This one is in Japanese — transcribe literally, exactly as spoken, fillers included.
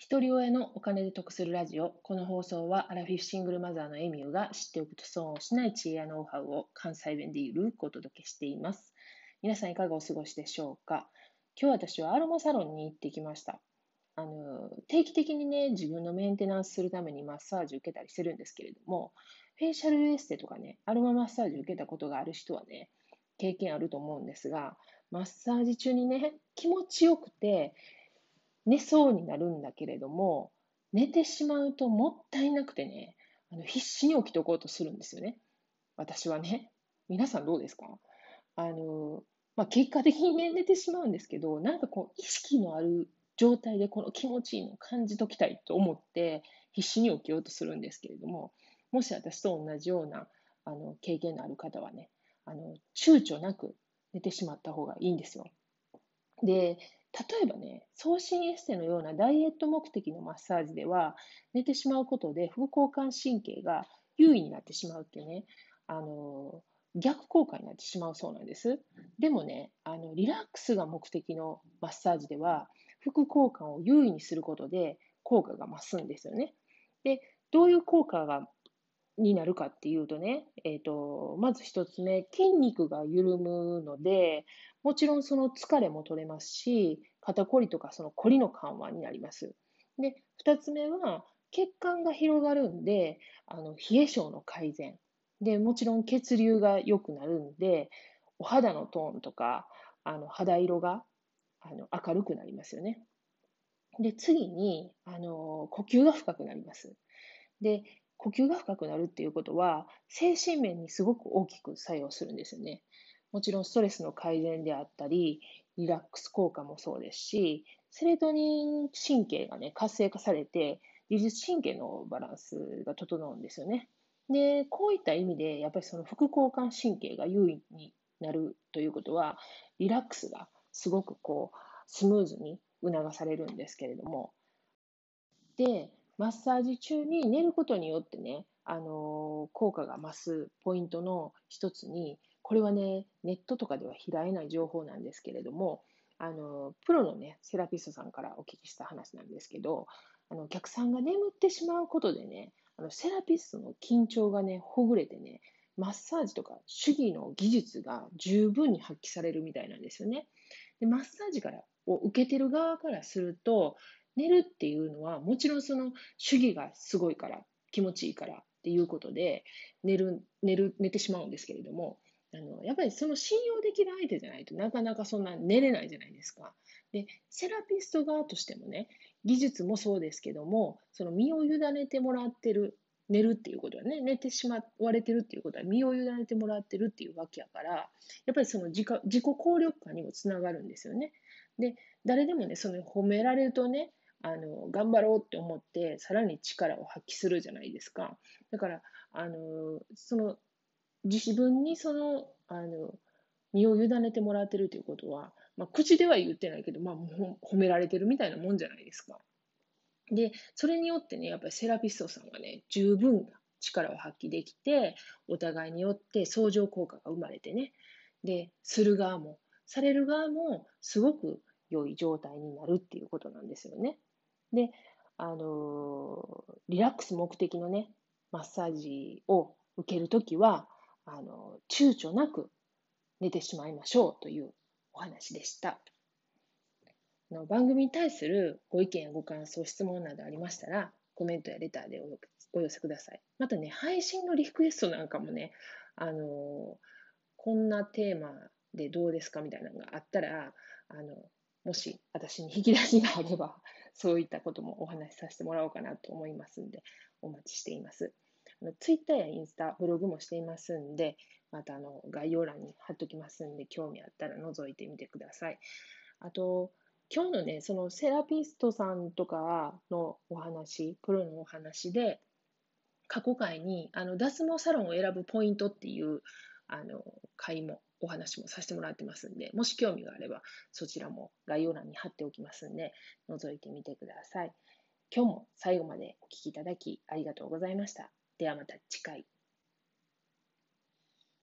一人親のお金で得するラジオ。この放送はアラフィフシングルマザーのエミューが知っておくと損をしない知恵やノウハウを関西弁でゆるくお届けしています。皆さんいかがお過ごしでしょうか。今日私はアロマサロンに行ってきました。あの定期的にね、自分のメンテナンスするためにマッサージ受けたりするんですけれども、フェイシャルエステとかね、アロママッサージ受けたことがある人はね、経験あると思うんですが、マッサージ中にね、気持ちよくて、寝そうになるんだけれども、寝てしまうともったいなくてね、あの必死に起きておこうとするんですよね。私はね。皆さんどうですか？あの、まあ、結果的にね、寝てしまうんですけど、なんかこう、意識のある状態でこの気持ちいいのを感じときたいと思って、必死に起きようとするんですけれども、もし私と同じようなあの経験のある方はね、あの躊躇なく寝てしまった方がいいんですよ。で、例えばね、送信エステのようなダイエット目的のマッサージでは、寝てしまうことで副交感神経が優位になってしまうっていうね、あの、逆効果になってしまうそうなんです。でもね、あの、リラックスが目的のマッサージでは、副交感を優位にすることで効果が増すんですよね。で、どういう効果がになるかっていうとね、えっと、まず一つ目、筋肉が緩むので、もちろんその疲れも取れますし、肩こりとかそのこりの緩和になります。で、二つ目は、血管が広がるんで、あの、冷え性の改善。で、もちろん血流が良くなるんで、お肌のトーンとか、あの、肌色が、あの、明るくなりますよね。で、次に、あの、呼吸が深くなります。で、呼吸が深くなるっていうことは、精神面にすごく大きく作用するんですよね。もちろんストレスの改善であったり、リラックス効果もそうですし、セレトニン神経がね、活性化されて、自律神経のバランスが整うんですよね。で、こういった意味で、やっぱりその副交感神経が優位になるということは、リラックスがすごくこう、スムーズに促されるんですけれども、で、マッサージ中に寝ることによってね、あの、効果が増すポイントの一つに、これはね、ネットとかでは拾えない情報なんですけれども、あの、プロのね、セラピストさんからお聞きした話なんですけど、あの、お客さんが眠ってしまうことでね、あの、セラピストの緊張がね、ほぐれてね、マッサージとか手技の技術が十分に発揮されるみたいなんですよね。で、マッサージからを受けてる側からすると、寝るっていうのは、もちろんその主義がすごいから、気持ちいいからっていうことで、寝る、寝る、寝てしまうんですけれども、あの、やっぱりその信用できる相手じゃないとなかなかそんな寝れないじゃないですか。で、セラピスト側としてもね、技術もそうですけども、その身を委ねてもらってる、寝るっていうことはね、寝てしまわれてるっていうことは身を委ねてもらってるっていうわけやから、やっぱりその自己自己効力感にもつながるんですよね。で、誰でもね、その褒められるとね、あの、頑張ろうって思って、さらに力を発揮するじゃないですか。だから、あの、その、自分にその、あの、身を委ねてもらってるということは、まあ、口では言ってないけど、まあ、もう褒められてるみたいなもんじゃないですか。で、それによってね、やっぱりセラピストさんがね、十分力を発揮できて、お互いによって相乗効果が生まれてね、で、する側も、される側も、すごく良い状態になるっていうことなんですよね。で、あのーリラックス目的のね、マッサージを受けるときは、あのー躊躇なく寝てしまいましょうというお話でした。あの番組に対するご意見やご感想、質問などありましたら、コメントやレターでお寄せください。またね、配信のリクエストなんかもね、あのこんなテーマでどうですかみたいなのがあったら、あのもし私に引き出しがあれば、そういったこともお話しさせてもらおうかなと思いますんで、お待ちしています。あのツイッターやインスタ、ブログもしていますんで、またあの概要欄に貼っときますんで、興味あったら覗いてみてください。あと、今日のね、そのセラピストさんとかのお話、プロのお話で、過去回にあの脱毛サロンを選ぶポイントっていうあの回もお話もさせてもらってますんで、もし興味があればそちらも概要欄に貼っておきますんで、覗いてみてください。今日も最後までお聞きいただきありがとうございました。ではまた次回。